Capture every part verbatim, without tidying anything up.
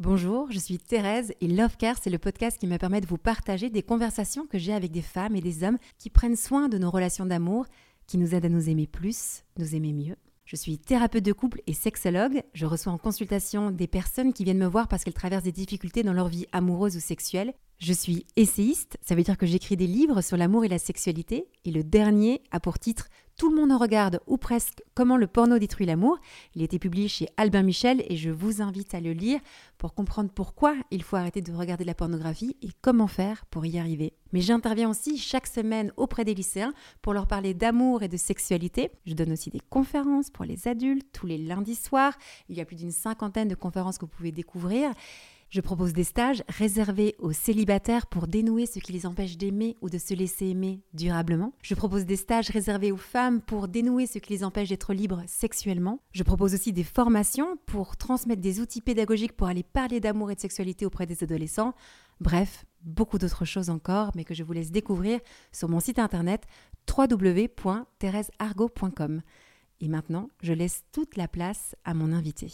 Bonjour, je suis Thérèse et Love Care, c'est le podcast qui me permet de vous partager des conversations que j'ai avec des femmes et des hommes qui prennent soin de nos relations d'amour, qui nous aident à nous aimer plus, nous aimer mieux. Je suis thérapeute de couple et sexologue. Je reçois en consultation des personnes qui viennent me voir parce qu'elles traversent des difficultés dans leur vie amoureuse ou sexuelle. Je suis essayiste, ça veut dire que j'écris des livres sur l'amour et la sexualité. Et le dernier a pour titre « Tout le monde en regarde, ou presque, comment le porno détruit l'amour ». Il a été publié chez Albin Michel et je vous invite à le lire pour comprendre pourquoi il faut arrêter de regarder la pornographie et comment faire pour y arriver. Mais j'interviens aussi chaque semaine auprès des lycéens pour leur parler d'amour et de sexualité. Je donne aussi des conférences pour les adultes tous les lundis soirs. Il y a plus d'une cinquantaine de conférences que vous pouvez découvrir. Je propose des stages réservés aux célibataires pour dénouer ce qui les empêche d'aimer ou de se laisser aimer durablement. Je propose des stages réservés aux femmes pour dénouer ce qui les empêche d'être libres sexuellement. Je propose aussi des formations pour transmettre des outils pédagogiques pour aller parler d'amour et de sexualité auprès des adolescents. Bref, beaucoup d'autres choses encore, mais que je vous laisse découvrir sur mon site internet w w w point thérèse argot point com. Et maintenant, je laisse toute la place à mon invité.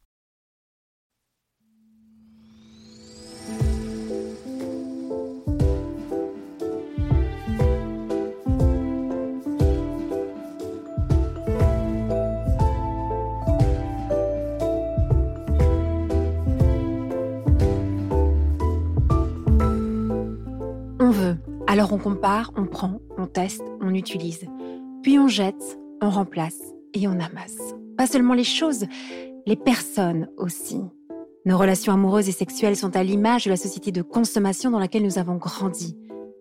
On veut, alors on compare, on prend, on teste, on utilise. Puis on jette, on remplace et on amasse. Pas seulement les choses, les personnes aussi. Nos relations amoureuses et sexuelles sont à l'image de la société de consommation dans laquelle nous avons grandi.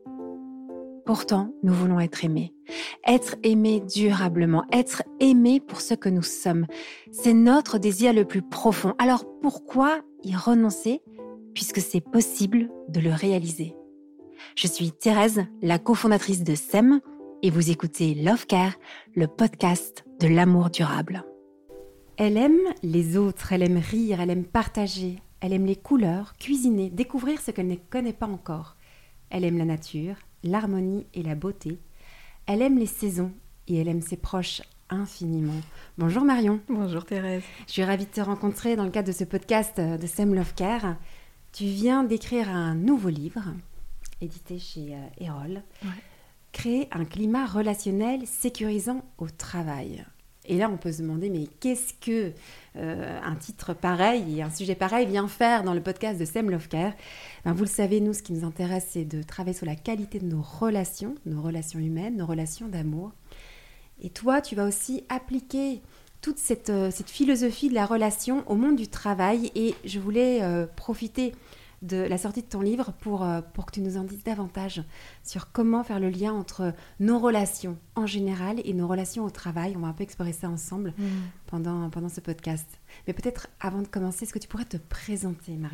Pourtant, nous voulons être aimés. Être aimés durablement, être aimés pour ce que nous sommes. C'est notre désir le plus profond. Alors pourquoi y renoncer puisque c'est possible de le réaliser ? Je suis Thérèse, la cofondatrice de S E M, et vous écoutez Love Care, le podcast de l'amour durable. Elle aime les autres, elle aime rire, elle aime partager, elle aime les couleurs, cuisiner, découvrir ce qu'elle ne connaît pas encore. Elle aime la nature, l'harmonie et la beauté. Elle aime les saisons et elle aime ses proches infiniment. Bonjour Marion. Bonjour Thérèse. Je suis ravie de te rencontrer dans le cadre de ce podcast de S E M Love Care. Tu viens d'écrire un nouveau livre édité chez euh, Erol, ouais. Créer un climat relationnel sécurisant au travail. Et là, on peut se demander, mais qu'est-ce que euh, un titre pareil et un sujet pareil vient faire dans le podcast de S E M Love Care ? Ben, vous le savez, nous, ce qui nous intéresse, c'est de travailler sur la qualité de nos relations, nos relations humaines, nos relations d'amour. Et toi, tu vas aussi appliquer toute cette, euh, cette philosophie de la relation au monde du travail. Et je voulais euh, profiter de la sortie de ton livre pour, euh, pour que tu nous en dises davantage sur comment faire le lien entre nos relations en général et nos relations au travail. On va un peu explorer ça ensemble mmh. pendant, pendant ce podcast. Mais peut-être avant de commencer, est-ce que tu pourrais te présenter, Marion ?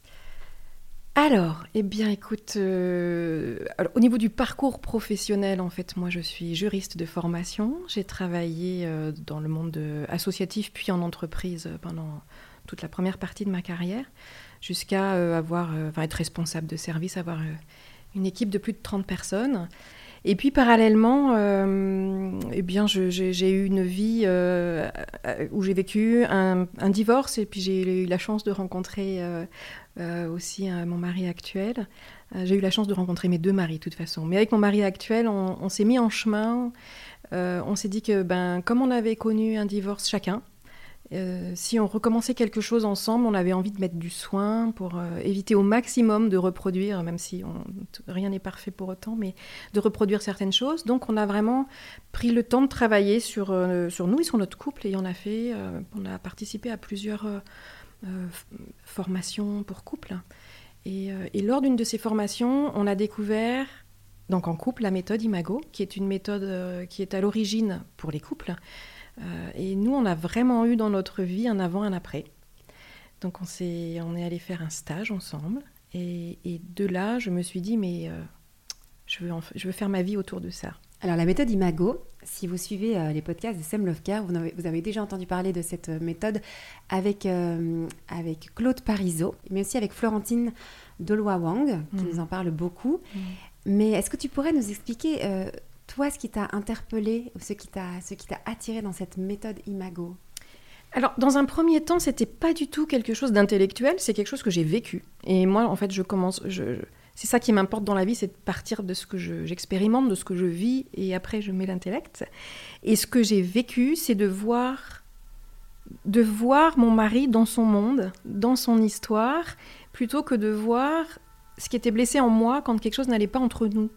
Alors, eh bien écoute, euh, alors, au niveau du parcours professionnel, en fait, moi je suis juriste de formation. J'ai travaillé euh, dans le monde euh, associatif puis en entreprise pendant toute la première partie de ma carrière, jusqu'à euh, avoir, euh, enfin, être responsable de service, avoir euh, une équipe de plus de trente personnes. Et puis parallèlement, euh, eh bien, je, j'ai, j'ai eu une vie euh, où j'ai vécu un, un divorce et puis j'ai eu la chance de rencontrer euh, euh, aussi euh, mon mari actuel. Euh, j'ai eu la chance de rencontrer mes deux maris de toute façon. Mais avec mon mari actuel, on, on s'est mis en chemin. Euh, on s'est dit que ben, comme on avait connu un divorce chacun, Euh, si on recommençait quelque chose ensemble, on avait envie de mettre du soin pour euh, éviter au maximum de reproduire, même si on, t- rien n'est parfait pour autant, mais de reproduire certaines choses. Donc on a vraiment pris le temps de travailler sur, euh, sur nous et sur notre couple, et on a, fait, euh, on a participé à plusieurs euh, euh, formations pour couple. Et, euh, et lors d'une de ces formations, on a découvert, donc en couple, la méthode Imago, qui est une méthode euh, qui est à l'origine pour les couples. Euh, et nous, on a vraiment eu dans notre vie un avant, un après. Donc on, s'est, on est allé faire un stage ensemble. Et, et de là, je me suis dit, mais euh, je, veux en, je veux faire ma vie autour de ça. Alors la méthode Imago, si vous suivez euh, les podcasts de S E M Love Care, vous avez, vous avez déjà entendu parler de cette méthode avec, euh, avec Claude Parisot, mais aussi avec Florentine Deloy-Wang, qui mmh. nous en parle beaucoup. Mmh. Mais est-ce que tu pourrais nous expliquer... Euh, Toi, ce qui t'a interpellé, ou ce qui t'a, ce qui t'a attiré dans cette méthode Imago ? Alors, dans un premier temps, c'était pas du tout quelque chose d'intellectuel, c'est quelque chose que j'ai vécu. Et moi, en fait, je commence... Je, je, c'est ça qui m'importe dans la vie, c'est de partir de ce que je, j'expérimente, de ce que je vis, et après, je mets l'intellect. Et ce que j'ai vécu, c'est de voir, de voir mon mari dans son monde, dans son histoire, plutôt que de voir ce qui était blessé en moi quand quelque chose n'allait pas entre nous.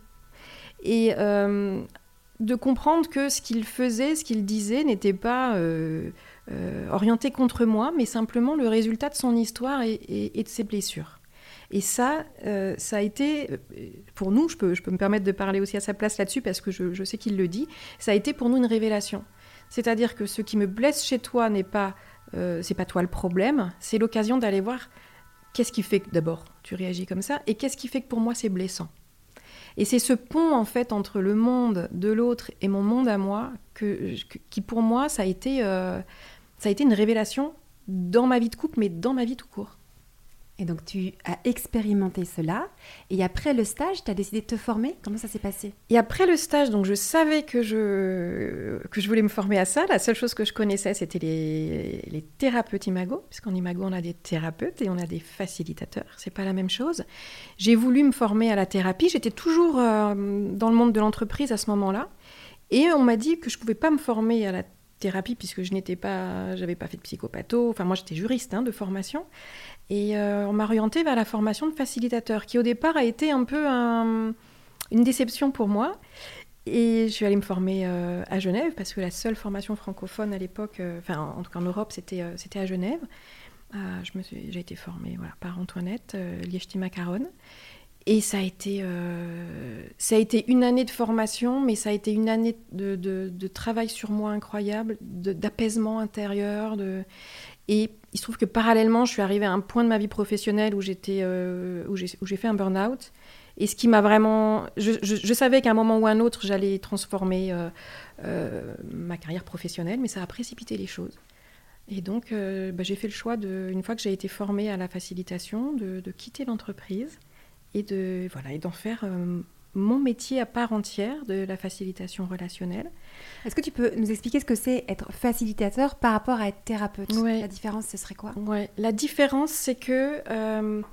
Et euh, de comprendre que ce qu'il faisait, ce qu'il disait, n'était pas... Euh, Euh, orienté contre moi, mais simplement le résultat de son histoire et, et, et de ses blessures. Et ça, euh, ça a été, pour nous, je peux, je peux me permettre de parler aussi à sa place là-dessus, parce que je, je sais qu'il le dit, ça a été pour nous une révélation. C'est-à-dire que ce qui me blesse chez toi n'est pas, euh, c'est pas toi le problème, c'est l'occasion d'aller voir qu'est-ce qui fait que, d'abord, tu réagis comme ça, et qu'est-ce qui fait que pour moi, c'est blessant. Et c'est ce pont, en fait, entre le monde de l'autre et mon monde à moi, que, que, qui, pour moi, ça a été... Euh, Ça a été une révélation dans ma vie de couple, mais dans ma vie tout court. Et donc, tu as expérimenté cela. Et après le stage, tu as décidé de te former. Comment ça s'est passé ? Et après le stage, donc je savais que je, que je voulais me former à ça. La seule chose que je connaissais, c'était les, les thérapeutes imago. Puisqu'en imago, on a des thérapeutes et on a des facilitateurs. C'est pas la même chose. J'ai voulu me former à la thérapie. J'étais toujours euh, dans le monde de l'entreprise à ce moment-là. Et on m'a dit que je pouvais pas me former à la thérapie puisque je n'étais pas, j'avais pas fait de psychopatho, enfin moi j'étais juriste hein, de formation, et euh, on m'a orientée vers la formation de facilitateur, qui au départ a été un peu un, une déception pour moi, et je suis allée me former euh, à Genève, parce que la seule formation francophone à l'époque, euh, enfin en tout cas en Europe, c'était, euh, c'était à Genève. Euh, je me suis, j'ai été formée voilà, par Antoinette euh, Liechti-Macaron. Et ça a été, euh, ça a été une année de formation, mais ça a été une année de, de, de travail sur moi incroyable, de, d'apaisement intérieur. De... Et il se trouve que parallèlement, je suis arrivée à un point de ma vie professionnelle où, j'étais, euh, où, j'ai, où j'ai fait un burn-out. Et ce qui m'a vraiment... Je, je, je savais qu'à un moment ou à un autre, j'allais transformer euh, euh, ma carrière professionnelle, mais ça a précipité les choses. Et donc, euh, bah, j'ai fait le choix, de, une fois que j'ai été formée à la facilitation, de, de quitter l'entreprise. Et, de, voilà, et d'en faire euh, mon métier à part entière de la facilitation relationnelle. Est-ce que tu peux nous expliquer ce que c'est être facilitateur par rapport à être thérapeute ? Ouais. La différence, ce serait quoi ? Ouais. La différence, c'est que euh,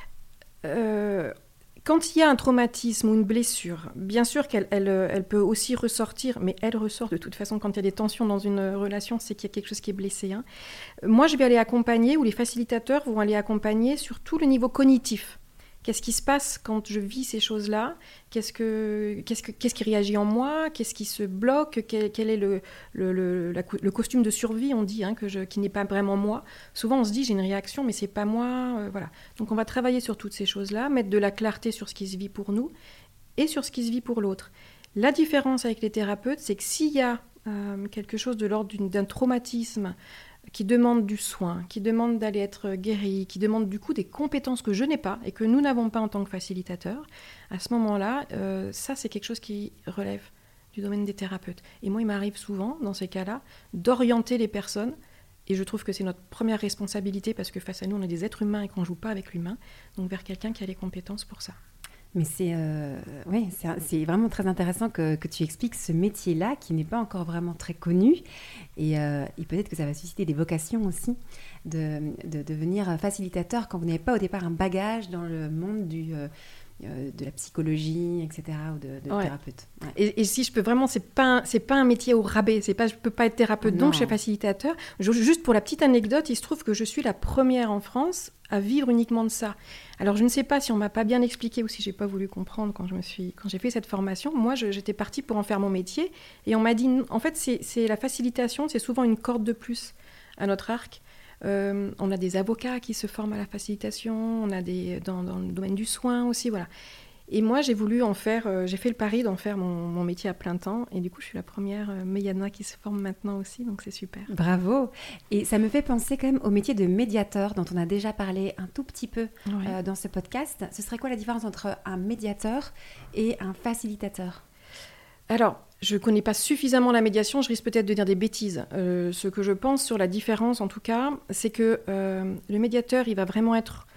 euh, quand il y a un traumatisme ou une blessure, bien sûr qu'elle elle, elle peut aussi ressortir, mais elle ressort de toute façon quand il y a des tensions dans une relation, c'est qu'il y a quelque chose qui est blessé. Hein. Moi, je vais aller accompagner, ou les facilitateurs vont aller accompagner sur tout le niveau cognitif. Qu'est-ce qui se passe quand je vis ces choses-là ? Qu'est-ce, que, qu'est-ce, que, qu'est-ce qui réagit en moi ? Qu'est-ce qui se bloque ? Quel, quel est le, le, le, la, le costume de survie, on dit, hein, que je, qui n'est pas vraiment moi ? Souvent, on se dit, j'ai une réaction, mais c'est pas moi. Euh, voilà. Donc, on va travailler sur toutes ces choses-là, mettre de la clarté sur ce qui se vit pour nous et sur ce qui se vit pour l'autre. La différence avec les thérapeutes, c'est que s'il y a euh, quelque chose de l'ordre d'une, d'un traumatisme qui demande du soin, qui demande d'aller être guéri, qui demande du coup des compétences que je n'ai pas et que nous n'avons pas en tant que facilitateurs, à ce moment-là, euh, ça c'est quelque chose qui relève du domaine des thérapeutes. Et moi, il m'arrive souvent, dans ces cas-là, d'orienter les personnes, et je trouve que c'est notre première responsabilité, parce que face à nous, on est des êtres humains et qu'on ne joue pas avec l'humain, donc vers quelqu'un qui a les compétences pour ça. Mais c'est, euh, ouais, c'est, c'est vraiment très intéressant que, que tu expliques ce métier-là qui n'est pas encore vraiment très connu. Et, euh, et peut-être que ça va susciter des vocations aussi de, de devenir facilitateur quand vous n'avez pas au départ un bagage dans le monde du, euh, de la psychologie, et cetera, ou de, de ouais. thérapeute. Ouais. Et, et si je peux vraiment, c'est pas, un, c'est pas un métier au rabais. C'est pas, je peux pas être thérapeute, non. donc je suis facilitateur. Je, juste pour la petite anecdote, il se trouve que je suis la première en France à vivre uniquement de ça. Alors je ne sais pas si on m'a pas bien expliqué ou si j'ai pas voulu comprendre quand je me suis, quand j'ai fait cette formation. Moi, je, j'étais partie pour en faire mon métier, et on m'a dit, en fait, c'est, c'est la facilitation, c'est souvent une corde de plus à notre arc. Euh, on a des avocats qui se forment à la facilitation, on a des dans, dans le domaine du soin aussi, voilà. Et moi, j'ai voulu en faire, euh, j'ai fait le pari d'en faire mon, mon métier à plein temps. Et du coup, je suis la première, euh, mais il y en a qui se forment maintenant aussi, donc c'est super. Bravo. Et ça me fait penser quand même au métier de médiateur, dont on a déjà parlé un tout petit peu ouais. euh, dans ce podcast. Ce serait quoi la différence entre un médiateur et un facilitateur ? Alors, je ne connais pas suffisamment la médiation, je risque peut-être de dire des bêtises. Euh, ce que je pense sur la différence, en tout cas, c'est que euh, le médiateur, il va vraiment être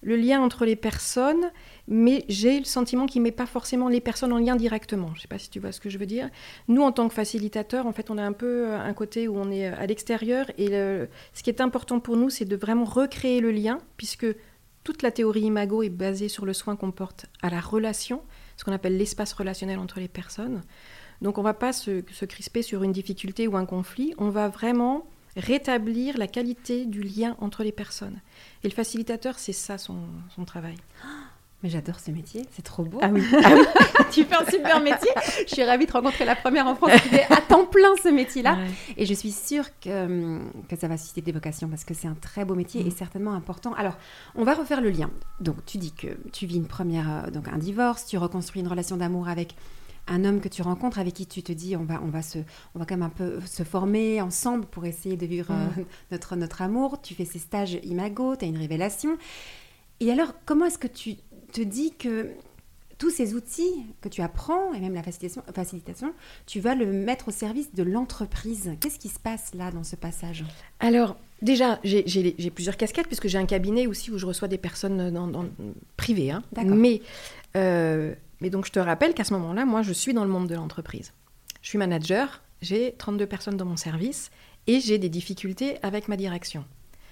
le lien entre les personnes, mais j'ai le sentiment qu'il ne met pas forcément les personnes en lien directement. Je ne sais pas si tu vois ce que je veux dire. Nous, en tant que facilitateurs, en fait, on a un peu un côté où on est à l'extérieur. Et le, ce qui est important pour nous, c'est de vraiment recréer le lien, puisque toute la théorie Imago est basée sur le soin qu'on porte à la relation, ce qu'on appelle l'espace relationnel entre les personnes. Donc, on ne va pas se, se crisper sur une difficulté ou un conflit. On va vraiment rétablir la qualité du lien entre les personnes. Et le facilitateur, c'est ça son, son travail. Mais j'adore ce métier, c'est trop beau. Ah oui, ah oui. Tu fais un super métier. Je suis ravie de rencontrer la première en France qui fait à temps plein ce métier-là. Ouais. Et je suis sûre que, que ça va susciter des vocations parce que c'est un très beau métier mmh. et certainement important. Alors, on va refaire le lien. Donc, tu dis que tu vis une première, donc un divorce, tu reconstruis une relation d'amour avec un homme que tu rencontres, avec qui tu te dis on va, on va, se, on va quand même un peu se former ensemble pour essayer de vivre mmh. euh, notre, notre amour. Tu fais ces stages Imago, tu as une révélation. Et alors, comment est-ce que tu te dis que tous ces outils que tu apprends, et même la facilitation, facilitation, tu vas le mettre au service de l'entreprise? Qu'est-ce qui se passe là dans ce passage? Alors, déjà, j'ai, j'ai, j'ai plusieurs casquettes, puisque j'ai un cabinet aussi où je reçois des personnes dans, dans, privées. Hein. D'accord. Mais... Euh, Mais donc, je te rappelle qu'à ce moment-là, moi, je suis dans le monde de l'entreprise. Je suis manager, j'ai trente-deux personnes dans mon service et j'ai des difficultés avec ma direction.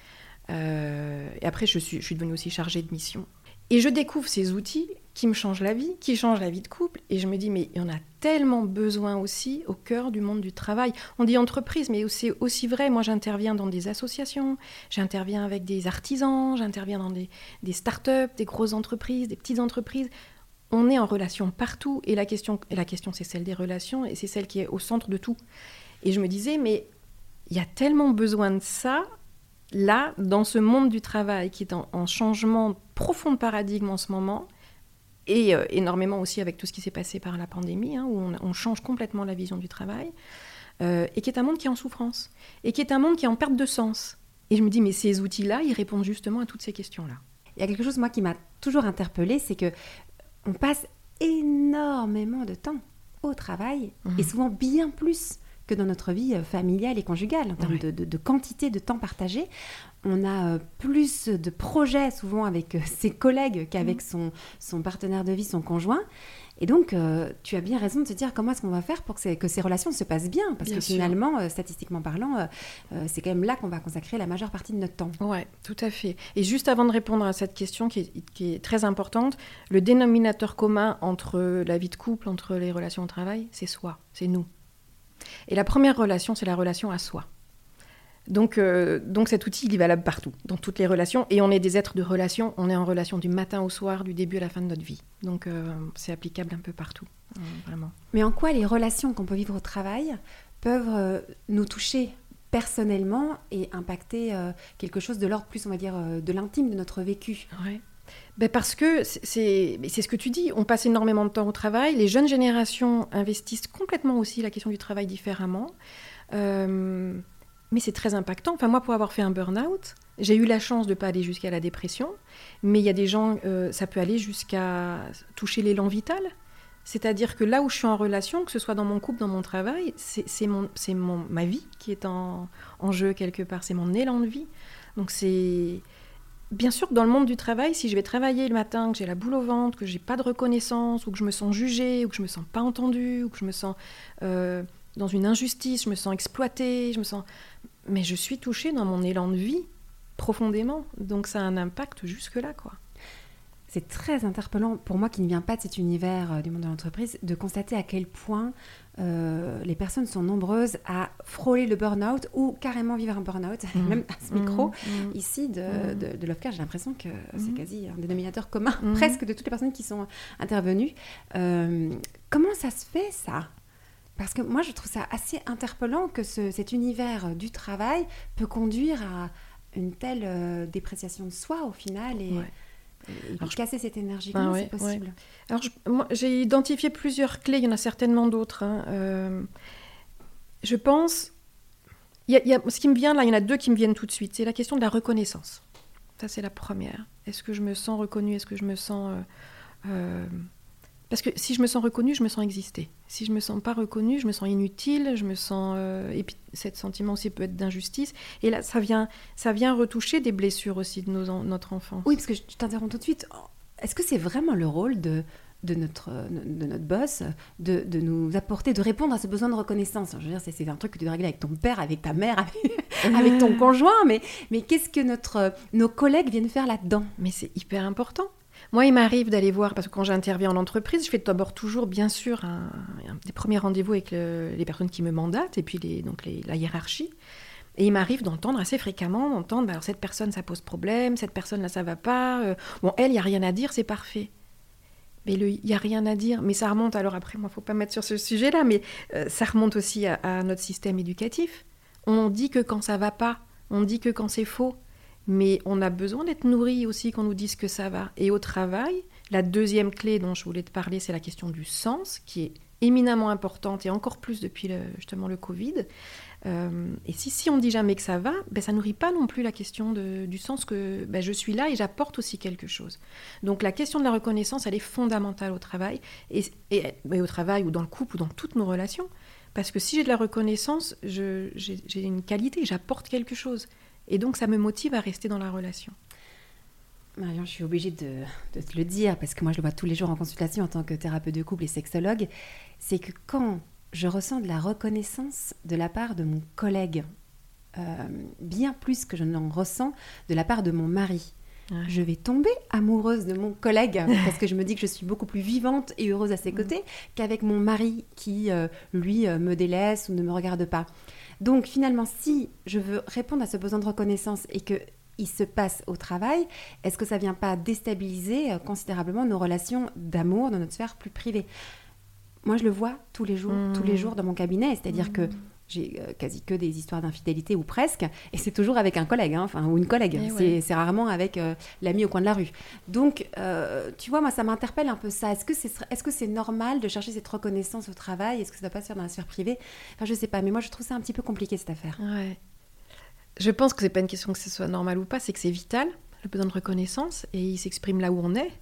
Euh, et après, je suis, je suis devenue aussi chargée de mission. Et je découvre ces outils qui me changent la vie, qui changent la vie de couple. Et je me dis, mais il y en a tellement besoin aussi au cœur du monde du travail. On dit entreprise, mais c'est aussi vrai. Moi, j'interviens dans des associations, j'interviens avec des artisans, j'interviens dans des, des start-up, des grosses entreprises, des petites entreprises. On est en relation partout, et la question, et la question, c'est celle des relations, et c'est celle qui est au centre de tout. Et je me disais, mais il y a tellement besoin de ça, là, dans ce monde du travail, qui est en, en changement profond de paradigme en ce moment, et euh, énormément aussi avec tout ce qui s'est passé par la pandémie, hein, où on, on change complètement la vision du travail, euh, et qui est un monde qui est en souffrance, et qui est un monde qui est en perte de sens. Et je me dis, mais ces outils-là, ils répondent justement à toutes ces questions-là. Il y a quelque chose, moi, qui m'a toujours interpellée, c'est que on passe énormément de temps au travail, mmh. et souvent bien plus que dans notre vie familiale et conjugale, en termes ouais. de, de, de quantité de temps partagé. On a plus de projets souvent avec ses collègues qu'avec mmh. son, son partenaire de vie, son conjoint. Et donc, euh, tu as bien raison de te dire comment est-ce qu'on va faire pour que, ces, que ces relations se passent bien. Parce bien que sûr. Finalement, euh, statistiquement parlant, euh, euh, c'est quand même là qu'on va consacrer la majeure partie de notre temps. Oui, tout à fait. Et juste avant de répondre à cette question qui est, qui est très importante, le dénominateur commun entre la vie de couple, entre les relations au travail, c'est soi, c'est nous. Et la première relation, c'est la relation à soi. Donc, euh, donc cet outil, il est valable partout, dans toutes les relations. Et on est des êtres de relation, on est en relation du matin au soir, du début à la fin de notre vie. Donc euh, c'est applicable un peu partout, euh, vraiment. Mais en quoi les relations qu'on peut vivre au travail peuvent euh, nous toucher personnellement et impacter euh, quelque chose de l'ordre plus, on va dire, euh, de l'intime de notre vécu? Ouais. Ben parce que c'est, c'est, c'est ce que tu dis, on passe énormément de temps au travail. Les jeunes générations investissent complètement aussi la question du travail différemment. Euh, mais c'est très impactant. Enfin, moi, pour avoir fait un burn-out, j'ai eu la chance de ne pas aller jusqu'à la dépression, mais il y a des gens, euh, ça peut aller jusqu'à toucher l'élan vital. C'est-à-dire que là où je suis en relation, que ce soit dans mon couple, dans mon travail, c'est, c'est, mon, c'est mon, ma vie qui est en, en jeu quelque part. C'est mon élan de vie. Donc c'est... Bien sûr que dans le monde du travail, si je vais travailler le matin, que j'ai la boule au ventre, que j'ai pas de reconnaissance, ou que je me sens jugée, ou que je me sens pas entendue, ou que je me sens euh, dans une injustice, je me sens exploitée, je me sens... Mais je suis touchée dans mon élan de vie, profondément. Donc ça a un impact jusque-là, quoi. C'est très interpellant, pour moi qui ne viens pas de cet univers euh, du monde de l'entreprise, de constater à quel point euh, les personnes sont nombreuses à frôler le burn-out ou carrément vivre un burn-out. Mmh. Même à ce micro, mmh. ici, de, mmh. de, de Lovecare, j'ai l'impression que mmh. c'est quasi un dénominateur commun, mmh. presque, de toutes les personnes qui sont intervenues. Euh, comment ça se fait, ça ? Parce que moi, je trouve ça assez interpellant que ce, cet univers du travail peut conduire à une telle euh, dépréciation de soi, au final, et... Ouais. Et alors, casser cette énergie, comment ah, ouais, c'est possible? ouais. Alors, je, moi, j'ai identifié plusieurs clés, il y en a certainement d'autres. Hein. Euh, je pense, y a, y a, ce qui me vient là, il y en a deux qui me viennent tout de suite. C'est la question de la reconnaissance. Ça, c'est la première. Est-ce que je me sens reconnue? Est-ce que je me sens... Euh, euh, Parce que si je me sens reconnue, je me sens exister. Si je me sens pas reconnue, je me sens inutile, je me sens... Euh, et puis, ce sentiment aussi peut être d'injustice. Et là, ça vient, ça vient retoucher des blessures aussi de nos, en, notre enfance. Oui, parce que je t'interromps tout de suite. Est-ce que c'est vraiment le rôle de, de, notre, de notre boss de, de nous apporter, de répondre à ce besoin de reconnaissance? Je veux dire, c'est, c'est un truc que tu dois régler avec ton père, avec ta mère, avec, avec ton conjoint. Mais, mais qu'est-ce que notre, nos collègues viennent faire là-dedans? Mais c'est hyper important. Moi, il m'arrive d'aller voir, parce que quand j'interviens en entreprise, je fais d'abord toujours, bien sûr, un, un des premiers rendez-vous avec le, les personnes qui me mandatent, et puis les, donc les, la hiérarchie. Et il m'arrive d'entendre assez fréquemment, d'entendre, bah, alors cette personne, ça pose problème, cette personne-là, ça va pas. Euh, bon, elle, il n'y a rien à dire, c'est parfait. Mais il n'y a rien à dire. Mais ça remonte, alors après, moi, il ne faut pas mettre sur ce sujet-là, mais euh, ça remonte aussi à, à notre système éducatif. On dit que quand ça va pas, on dit que quand c'est faux. Mais on a besoin d'être nourri aussi qu'on nous dise que ça va. Et au travail, la deuxième clé dont je voulais te parler, c'est la question du sens, qui est éminemment importante, et encore plus depuis le, justement le Covid. Euh, et si, si on ne dit jamais que ça va, ben ça ne nourrit pas non plus la question de, du sens que ben je suis là et j'apporte aussi quelque chose. Donc la question de la reconnaissance, elle est fondamentale au travail, et, et, et au travail ou dans le couple ou dans toutes nos relations. Parce que si j'ai de la reconnaissance, je, j'ai, j'ai une qualité, j'apporte quelque chose. Et donc, ça me motive à rester dans la relation. Marion, je suis obligée de, de te le dire, parce que moi, je le vois tous les jours en consultation en tant que thérapeute de couple et sexologue, c'est que quand je ressens de la reconnaissance de la part de mon collègue, euh, bien plus que je n'en ressens de la part de mon mari, ouais. Je vais tomber amoureuse de mon collègue, parce que je me dis que je suis beaucoup plus vivante et heureuse à ses côtés mmh. qu'avec mon mari qui, euh, lui, euh, me délaisse ou ne me regarde pas. Donc finalement, si je veux répondre à ce besoin de reconnaissance et qu'il se passe au travail, est-ce que ça ne vient pas déstabiliser considérablement nos relations d'amour dans notre sphère plus privée? Moi, je le vois tous les jours, mmh. tous les jours dans mon cabinet, c'est-à-dire mmh. que j'ai euh, quasi que des histoires d'infidélité ou presque, et c'est toujours avec un collègue, hein, enfin, ou une collègue, c'est, ouais. c'est rarement avec euh, l'ami au coin de la rue. Donc, euh, tu vois, moi, ça m'interpelle un peu ça. Est-ce que c'est, est-ce que c'est normal de chercher cette reconnaissance au travail? Est-ce que ça ne doit pas se faire dans la sphère privée? Enfin, je ne sais pas, mais moi, je trouve ça un petit peu compliqué, cette affaire. Ouais. Je pense que ce n'est pas une question que ce soit normal ou pas, c'est que c'est vital, le besoin de reconnaissance, et il s'exprime là où on est.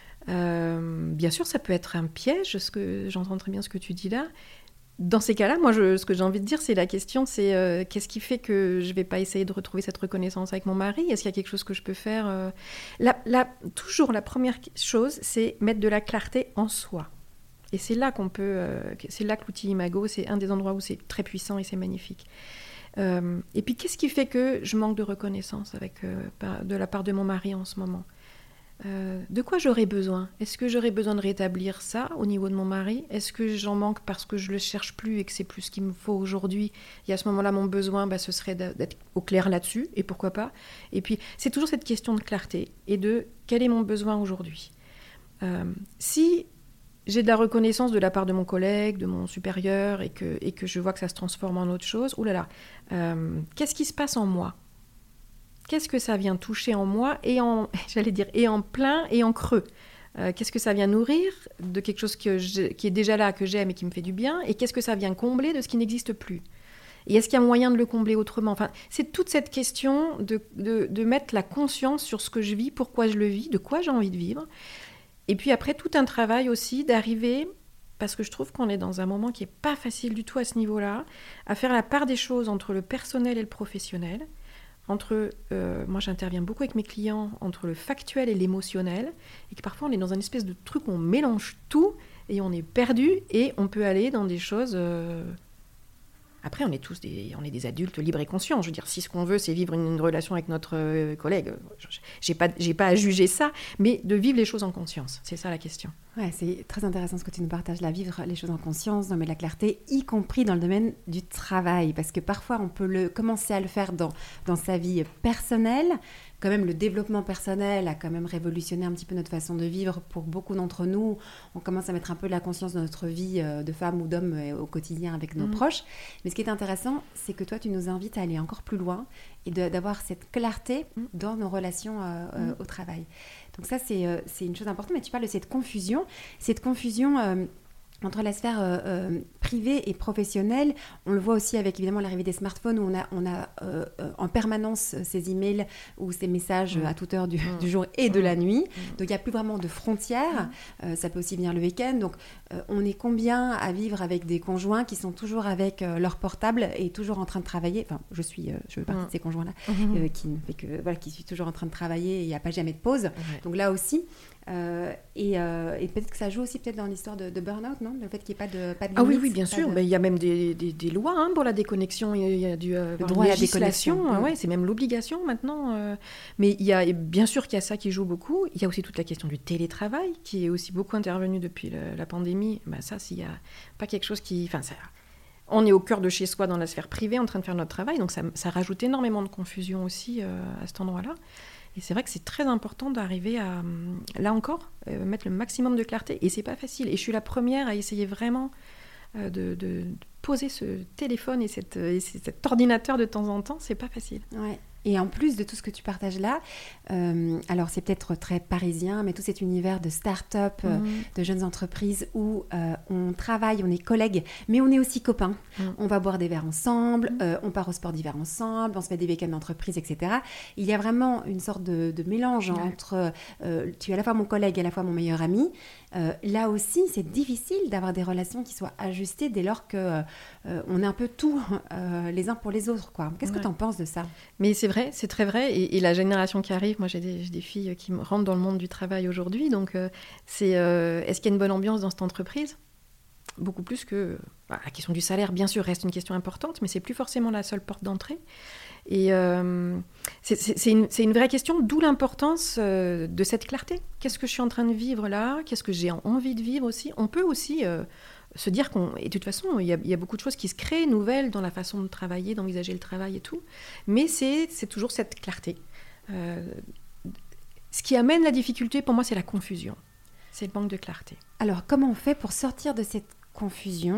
Euh, bien sûr, ça peut être un piège, ce que, j'entends très bien ce que tu dis là. Dans ces cas-là, moi, je, ce que j'ai envie de dire, c'est la question, c'est euh, qu'est-ce qui fait que je ne vais pas essayer de retrouver cette reconnaissance avec mon mari? Est-ce qu'il y a quelque chose que je peux faire euh... la, la, Toujours, la première chose, c'est mettre de la clarté en soi. Et c'est là qu'on peut... Euh, c'est là que l'outil Imago, c'est un des endroits où c'est très puissant et c'est magnifique. Euh, et puis, qu'est-ce qui fait que je manque de reconnaissance avec, euh, par, de la part de mon mari en ce moment? Euh, de quoi j'aurais besoin? Est-ce que j'aurais besoin de rétablir ça au niveau de mon mari? Est-ce que j'en manque parce que je le cherche plus et que c'est plus ce qu'il me faut aujourd'hui? Et à ce moment-là, mon besoin, bah, ce serait d'être au clair là-dessus, et pourquoi pas? Et puis, c'est toujours cette question de clarté et de quel est mon besoin aujourd'hui? Euh, si j'ai de la reconnaissance de la part de mon collègue, de mon supérieur, et que, et que je vois que ça se transforme en autre chose, oulala, euh, qu'est-ce qui se passe en moi? Qu'est-ce que ça vient toucher en moi, et en, j'allais dire, et en plein et en creux? euh, Qu'est-ce que ça vient nourrir de quelque chose que je, qui est déjà là, que j'aime et qui me fait du bien? Et qu'est-ce que ça vient combler de ce qui n'existe plus? Et est-ce qu'il y a moyen de le combler autrement? Enfin, c'est toute cette question de, de, de mettre la conscience sur ce que je vis, pourquoi je le vis, de quoi j'ai envie de vivre. Et puis après, tout un travail aussi d'arriver, parce que je trouve qu'on est dans un moment qui n'est pas facile du tout à ce niveau-là, à faire la part des choses entre le personnel et le professionnel. Entre, euh, moi j'interviens beaucoup avec mes clients, entre le factuel et l'émotionnel, et que parfois on est dans une espèce de truc où on mélange tout, et on est perdu, et on peut aller dans des choses... Euh... Après, on est tous des, on est des adultes libres et conscients. Je veux dire, si ce qu'on veut, c'est vivre une, une relation avec notre euh, collègue, j'ai pas, j'ai pas à juger ça, mais de vivre les choses en conscience, c'est ça la question. Ouais, c'est très intéressant ce que tu nous partages là, vivre les choses en conscience, nommer la clarté, y compris dans le domaine du travail, parce que parfois on peut le, commencer à le faire dans, dans sa vie personnelle. Quand même, le développement personnel a quand même révolutionné un petit peu notre façon de vivre pour beaucoup d'entre nous. On commence à mettre un peu la conscience dans notre vie de femme ou d'homme au quotidien avec nos mmh. proches. Mais ce qui est intéressant, c'est que toi, tu nous invites à aller encore plus loin et de, d'avoir cette clarté mmh. dans nos relations euh, mmh. euh, au travail. Donc ça, c'est, euh, c'est une chose importante. Mais tu parles de cette confusion, cette confusion... Euh, entre la sphère euh, euh, privée et professionnelle. On le voit aussi avec évidemment l'arrivée des smartphones où on a, on a euh, en permanence ces emails ou ces messages mmh. à toute heure du, mmh. du jour et de mmh. la nuit. Mmh. Donc il n'y a plus vraiment de frontières. Mmh. Euh, ça peut aussi venir le week-end. Donc euh, on est combien à vivre avec des conjoints qui sont toujours avec euh, leur portable et toujours en train de travailler. Enfin, je suis, euh, je fais partie mmh. de ces conjoints-là mmh. euh, qui ne fait que voilà, qui suis toujours en train de travailler et il n'y a pas jamais de pause. Mmh. Donc là aussi. Euh, et, euh, et peut-être que ça joue aussi peut-être dans l'histoire de, de burn-out, non ? Le fait qu'il n'y ait pas de, pas de limite. Ah oui, oui, bien sûr. De... Mais il y a même des, des, des lois hein, pour la déconnexion. Il y a du euh, le droit à la déconnexion. Hein, ouais, c'est même l'obligation maintenant. Euh. Mais il y a bien sûr qu'il y a ça qui joue beaucoup. Il y a aussi toute la question du télétravail qui est aussi beaucoup intervenue depuis le, la pandémie. Ben, ça, s'il n'y a pas quelque chose qui... Enfin, ça... On est au cœur de chez soi, dans la sphère privée, en train de faire notre travail. Donc ça, ça rajoute énormément de confusion aussi euh, à cet endroit-là. Et c'est vrai que c'est très important d'arriver à, là encore, euh, mettre le maximum de clarté. Et c'est pas facile. Et je suis la première à essayer vraiment euh, de, de, de poser ce téléphone et, cette, et cet ordinateur de temps en temps. C'est pas facile. Ouais. Et en plus de tout ce que tu partages là, euh, alors c'est peut-être très parisien, mais tout cet univers de start-up, mmh. euh, de jeunes entreprises où euh, on travaille, on est collègues, mais on est aussi copains. Mmh. On va boire des verres ensemble, mmh. euh, on part au sport d'hiver ensemble, on se fait des week-ends d'entreprise, et cetera. Il y a vraiment une sorte de, de mélange ouais. entre euh, tu es à la fois mon collègue et à la fois mon meilleur ami. Euh, là aussi, c'est difficile d'avoir des relations qui soient ajustées dès lors qu'on euh, est un peu tout euh, les uns pour les autres, quoi. Qu'est-ce ouais. que tu en penses de ça ? Mais c'est vrai, c'est très vrai. Et, et la génération qui arrive, moi j'ai des, j'ai des filles qui rentrent dans le monde du travail aujourd'hui. Donc, euh, c'est, euh, est-ce qu'il y a une bonne ambiance dans cette entreprise ? Beaucoup plus que... Bah, la question du salaire, bien sûr, reste une question importante, mais c'est plus forcément la seule porte d'entrée. Et euh, c'est, c'est, c'est, une, c'est une vraie question, d'où l'importance euh, de cette clarté. Qu'est-ce que je suis en train de vivre là ? Qu'est-ce que j'ai envie de vivre aussi ? On peut aussi euh, se dire qu'on... Et de toute façon, il y, a, il y a beaucoup de choses qui se créent, nouvelles, dans la façon de travailler, d'envisager le travail et tout. Mais c'est, c'est toujours cette clarté. Euh, ce qui amène la difficulté, pour moi, c'est la confusion. C'est le manque de clarté. Alors, comment on fait pour sortir de cette confusion ?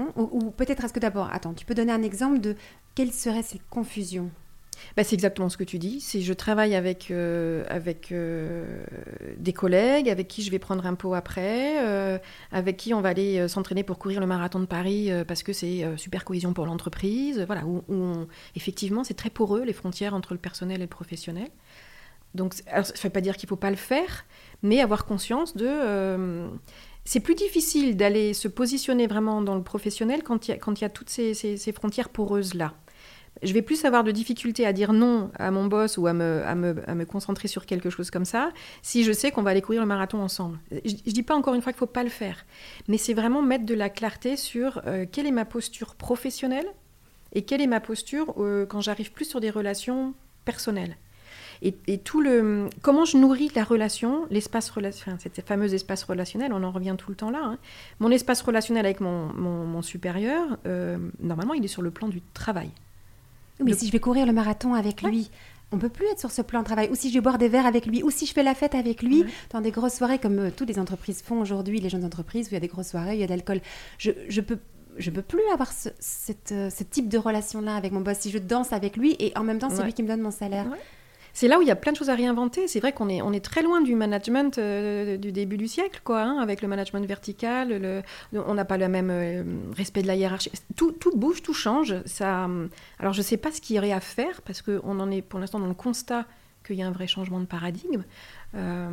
Ou, ou peut-être, est-ce que d'abord... Attends, tu peux donner un exemple de quelle serait cette confusion ? Bah, c'est exactement ce que tu dis. C'est je travaille avec, euh, avec euh, des collègues avec qui je vais prendre un pot après, euh, avec qui on va aller euh, s'entraîner pour courir le marathon de Paris euh, parce que c'est euh, super cohésion pour l'entreprise. Voilà, où, où on, effectivement, c'est très poreux, les frontières entre le personnel et le professionnel. Donc, alors, ça ne veut pas dire qu'il ne faut pas le faire, mais avoir conscience de... Euh, c'est plus difficile d'aller se positionner vraiment dans le professionnel quand il y a, quand il y a toutes ces, ces, ces frontières poreuses-là. Je vais plus avoir de difficulté à dire non à mon boss ou à me, à me, à me concentrer sur quelque chose comme ça si je sais qu'on va aller courir le marathon ensemble. Je ne dis pas encore une fois qu'il ne faut pas le faire, mais c'est vraiment mettre de la clarté sur euh, quelle est ma posture professionnelle et quelle est ma posture euh, quand j'arrive plus sur des relations personnelles. Et, et tout le, comment je nourris la relation, l'espace relationnel, enfin, cette fameuse espace relationnel, on en revient tout le temps là. Hein. Mon espace relationnel avec mon, mon, mon supérieur, euh, normalement, il est sur le plan du travail. Mais le... si je vais courir le marathon avec ouais. lui, on ne peut plus être sur ce plan de travail. Ou si je vais boire des verres avec lui, ou si je fais la fête avec lui, ouais. dans des grosses soirées comme euh, toutes les entreprises font aujourd'hui, les jeunes entreprises, où il y a des grosses soirées, il y a de l'alcool. Je, je peux... Je ne peux plus avoir ce, cette, euh, ce type de relation-là avec mon boss. Si je danse avec lui et en même temps, c'est ouais. lui qui me donne mon salaire. Ouais. C'est là où il y a plein de choses à réinventer. C'est vrai qu'on est, on est très loin du management euh, du début du siècle, quoi, hein, avec le management vertical. Le, on n'a pas le même euh, respect de la hiérarchie. Tout, tout bouge, tout change. Ça, alors, je ne sais pas ce qu'il y aurait à faire, parce qu'on en est pour l'instant dans le constat qu'il y a un vrai changement de paradigme. Euh,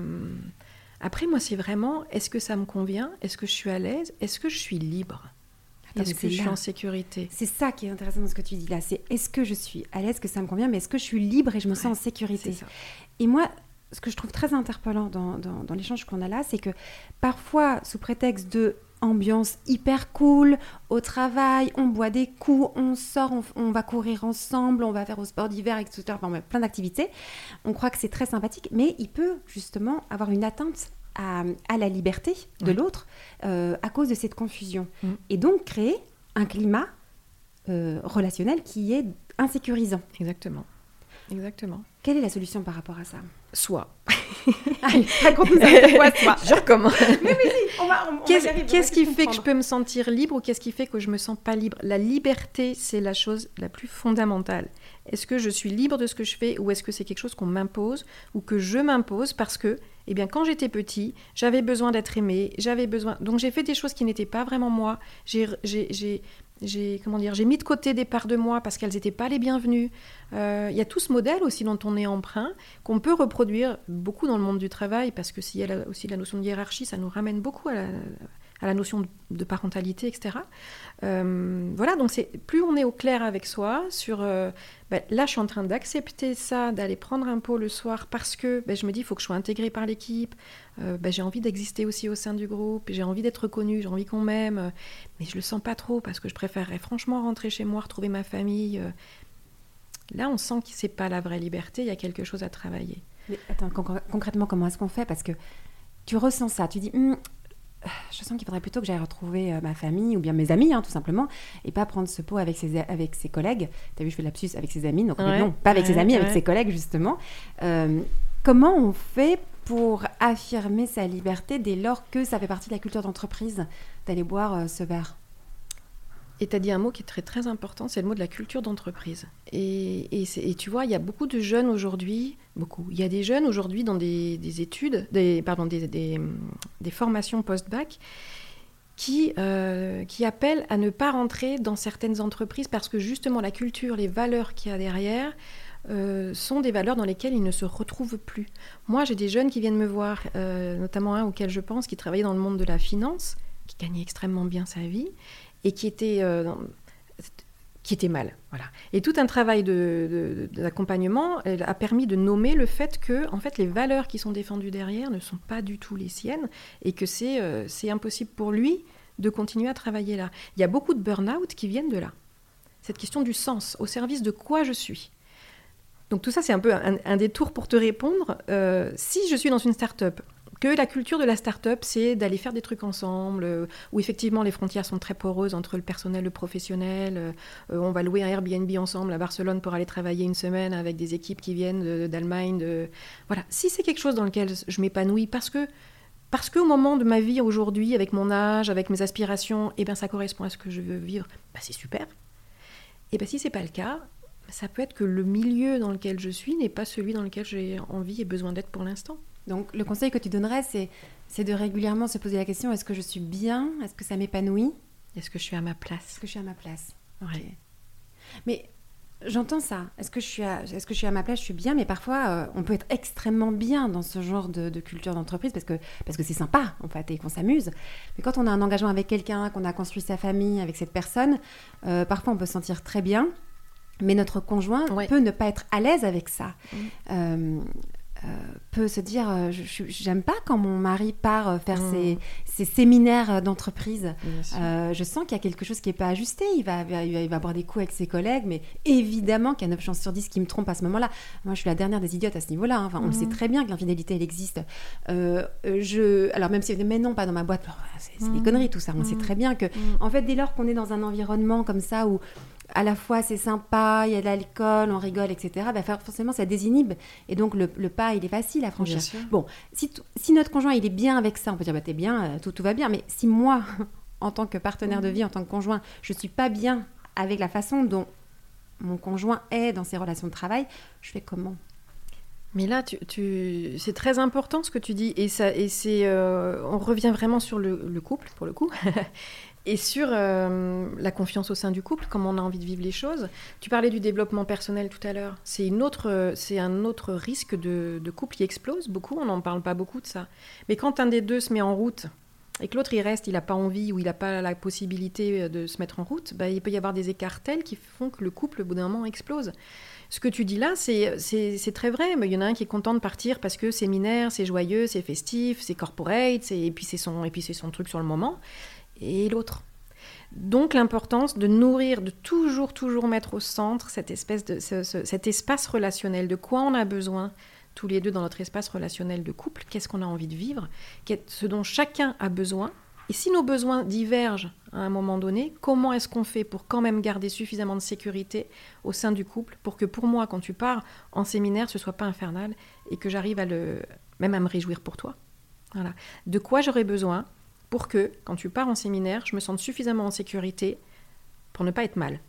après, moi, c'est vraiment, est-ce que ça me convient ? Est-ce que je suis à l'aise ? Est-ce que je suis libre ? Est-ce que je suis en sécurité ? C'est ça qui est intéressant dans ce que tu dis là. C'est est-ce que je suis à l'aise, que ça me convient, mais est-ce que je suis libre et je me sens ouais, en sécurité ? C'est ça. Et moi, ce que je trouve très interpellant dans, dans, dans l'échange qu'on a là, c'est que parfois, sous prétexte de ambiance hyper cool, au travail, on boit des coups, on sort, on, on va courir ensemble, on va faire au sport d'hiver, et cetera. Enfin, plein d'activités. On croit que c'est très sympathique, mais il peut justement avoir une atteinte À, à la liberté de ouais. l'autre euh, à cause de cette confusion. Mmh. Et donc créer un climat euh, relationnel qui est insécurisant. Exactement. Exactement. Quelle est la solution par rapport à ça ? Soit. Allez, raconte-nous ça. C'est quoi, soit ? Je recommence. Mais oui, on va, on, on qu'est-ce, va y arriver, qu'est-ce qui comprendre. fait que je peux me sentir libre ou qu'est-ce qui fait que je me sens pas libre ? La liberté, c'est la chose la plus fondamentale. Est-ce que je suis libre de ce que je fais ou est-ce que c'est quelque chose qu'on m'impose ou que je m'impose parce que Eh bien, quand j'étais petit, j'avais besoin d'être aimée, j'avais besoin... Donc, j'ai fait des choses qui n'étaient pas vraiment moi. J'ai, j'ai, j'ai, j'ai, comment dire, j'ai mis de côté des parts de moi parce qu'elles n'étaient pas les bienvenues. Il euh, y a tout ce modèle aussi dont on est emprunt, qu'on peut reproduire beaucoup dans le monde du travail, parce que s'il y a aussi la notion de hiérarchie, ça nous ramène beaucoup à la... à la notion de parentalité, et cetera. Euh, voilà, donc c'est, plus on est au clair avec soi sur... Euh, ben, là, je suis en train d'accepter ça, d'aller prendre un pot le soir parce que ben, je me dis, il faut que je sois intégrée par l'équipe, euh, ben, j'ai envie d'exister aussi au sein du groupe, j'ai envie d'être reconnue, j'ai envie qu'on m'aime, mais je le sens pas trop parce que je préférerais franchement rentrer chez moi, retrouver ma famille. Là, on sent que c'est pas la vraie liberté, il y a quelque chose à travailler. Mais attends, con- concrètement, comment est-ce qu'on fait? Parce que tu ressens ça, tu dis... Hm, je sens qu'il faudrait plutôt que j'aille retrouver euh, ma famille ou bien mes amis, hein, tout simplement, et pas prendre ce pot avec ses, avec ses collègues. Tu as vu, je fais de lapsus avec ses amis, donc ouais, non, pas avec ouais, ses amis, ouais. avec ses collègues, justement. Euh, comment on fait pour affirmer sa liberté dès lors que ça fait partie de la culture d'entreprise d'aller boire euh, ce verre? Et tu as dit un mot qui est très, très important, c'est le mot de la culture d'entreprise. Et, et, et tu vois, il y a beaucoup de jeunes aujourd'hui, beaucoup, il y a des jeunes aujourd'hui dans des, des études, des, pardon, des, des, des formations post-bac qui, euh, qui appellent à ne pas rentrer dans certaines entreprises parce que justement la culture, les valeurs qu'il y a derrière euh, sont des valeurs dans lesquelles ils ne se retrouvent plus. Moi, j'ai des jeunes qui viennent me voir, euh, notamment un auquel je pense, qui travaillait dans le monde de la finance, qui gagnait extrêmement bien sa vie, et qui était, euh, qui était mal. Voilà. Et tout un travail de, de, d'accompagnement a permis de nommer le fait que en fait, les valeurs qui sont défendues derrière ne sont pas du tout les siennes et que c'est, euh, c'est impossible pour lui de continuer à travailler là. Il y a beaucoup de burn-out qui viennent de là. Cette question du sens, au service de quoi je suis. Donc tout ça, c'est un peu un, un détour pour te répondre. Euh, si je suis dans une start-up, que la culture de la start-up, c'est d'aller faire des trucs ensemble, euh, où effectivement les frontières sont très poreuses entre le personnel et le professionnel. Euh, on va louer un Airbnb ensemble à Barcelone pour aller travailler une semaine avec des équipes qui viennent de, d'Allemagne. De... Voilà. Si c'est quelque chose dans lequel je m'épanouis, parce que parce qu'au moment de ma vie aujourd'hui, avec mon âge, avec mes aspirations, eh ben, ça correspond à ce que je veux vivre, bah, c'est super. Et ben, si ce n'est pas le cas, ça peut être que le milieu dans lequel je suis n'est pas celui dans lequel j'ai envie et besoin d'être pour l'instant. Donc, le conseil que tu donnerais, c'est, c'est de régulièrement se poser la question, est-ce que je suis bien? Est-ce que ça m'épanouit? Est-ce que je suis à ma place? Est-ce que je suis à ma place? Ouais. Okay. Mais j'entends ça. Est-ce que je suis à, est-ce que je suis à ma place? Je suis bien, mais parfois, euh, on peut être extrêmement bien dans ce genre de, de culture d'entreprise parce que, parce que c'est sympa, en fait, et qu'on s'amuse. Mais quand on a un engagement avec quelqu'un, qu'on a construit sa famille avec cette personne, euh, parfois, on peut se sentir très bien, mais notre conjoint ouais. peut ne pas être à l'aise avec ça. Mmh. Euh, Euh, peut se dire euh, je, je, j'aime pas quand mon mari part euh, faire mmh. ses, ses séminaires d'entreprise. Euh, je sens qu'il y a quelque chose qui est pas ajusté. Il va, il va, il va avoir des coups avec ses collègues, mais évidemment qu'il y a neuf chances sur dix qui me trompent à ce moment-là. Moi, je suis la dernière des idiotes à ce niveau-là. Hein. Enfin, mmh. on le sait très bien que l'infidélité, elle existe. Euh, je, alors même si mais non, pas dans ma boîte. C'est, c'est mmh. des conneries tout ça. On mmh. sait très bien que, mmh. en fait, dès lors qu'on est dans un environnement comme ça où à la fois c'est sympa, il y a de l'alcool, on rigole, et cetera. Bah forcément, ça désinhibe. Et donc, le, le pas, il est facile à franchir. Bon, si, t- si notre conjoint, il est bien avec ça, on peut dire, bah, t'es bien, tout, tout va bien. Mais si moi, en tant que partenaire de vie, en tant que conjoint, je ne suis pas bien avec la façon dont mon conjoint est dans ses relations de travail, je fais comment ? Mais là, tu, tu... c'est très important ce que tu dis. Et, ça, et c'est, euh, on revient vraiment sur le, le couple, pour le coup. Et sur euh, la confiance au sein du couple, comment on a envie de vivre les choses. Tu parlais du développement personnel tout à l'heure. C'est, une autre, c'est un autre risque de, de couple qui explose beaucoup. On n'en parle pas beaucoup de ça. Mais quand un des deux se met en route et que l'autre il reste, il n'a pas envie ou il n'a pas la possibilité de se mettre en route, bah, il peut y avoir des écarts tels qui font que le couple, au bout d'un moment, explose. Ce que tu dis là, c'est, c'est, c'est très vrai. Mais il y en a un qui est content de partir parce que séminaire, c'est joyeux, c'est festif, c'est corporate, c'est, et, puis c'est son, et puis c'est son truc sur le moment. Et l'autre. Donc l'importance de nourrir, de toujours, toujours mettre au centre cette espèce de, ce, ce, cet espace relationnel, de quoi on a besoin tous les deux dans notre espace relationnel de couple, qu'est-ce qu'on a envie de vivre, ce dont chacun a besoin. Et si nos besoins divergent à un moment donné, comment est-ce qu'on fait pour quand même garder suffisamment de sécurité au sein du couple pour que pour moi, quand tu pars en séminaire, ce ne soit pas infernal et que j'arrive à le, même à me réjouir pour toi. Voilà. De quoi j'aurais besoin pour que, quand tu pars en séminaire, je me sente suffisamment en sécurité pour ne pas être mal.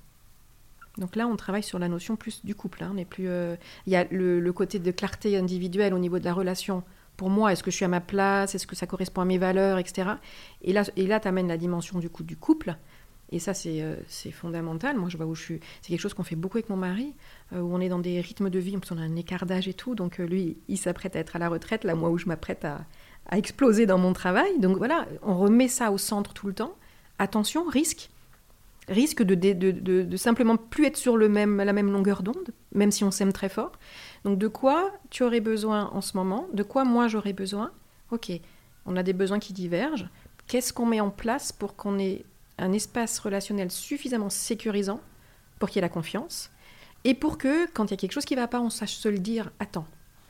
Donc là, on travaille sur la notion plus du couple. Hein. On est plus, euh... Il y a le, le côté de clarté individuelle au niveau de la relation pour moi, est-ce que je suis à ma place, est-ce que ça correspond à mes valeurs, et cetera. Et là, et là tu amènes la dimension du coup du couple. Et ça, c'est, euh, c'est fondamental. Moi, je vois où je suis. C'est quelque chose qu'on fait beaucoup avec mon mari, euh, où on est dans des rythmes de vie, en plus on a un écart d'âge et tout. Donc euh, lui, il s'apprête à être à la retraite, là, moi, où je m'apprête à, à exploser dans mon travail. Donc voilà, on remet ça au centre tout le temps. Attention, risque. Risque de, de, de, de, de simplement plus être sur le même, la même longueur d'onde, même si on s'aime très fort. Donc de quoi tu aurais besoin en ce moment ? De quoi moi j'aurais besoin ? Ok, on a des besoins qui divergent. Qu'est-ce qu'on met en place pour qu'on ait un espace relationnel suffisamment sécurisant pour qu'il y ait la confiance et pour que, quand il y a quelque chose qui ne va pas, on sache se le dire « attends ».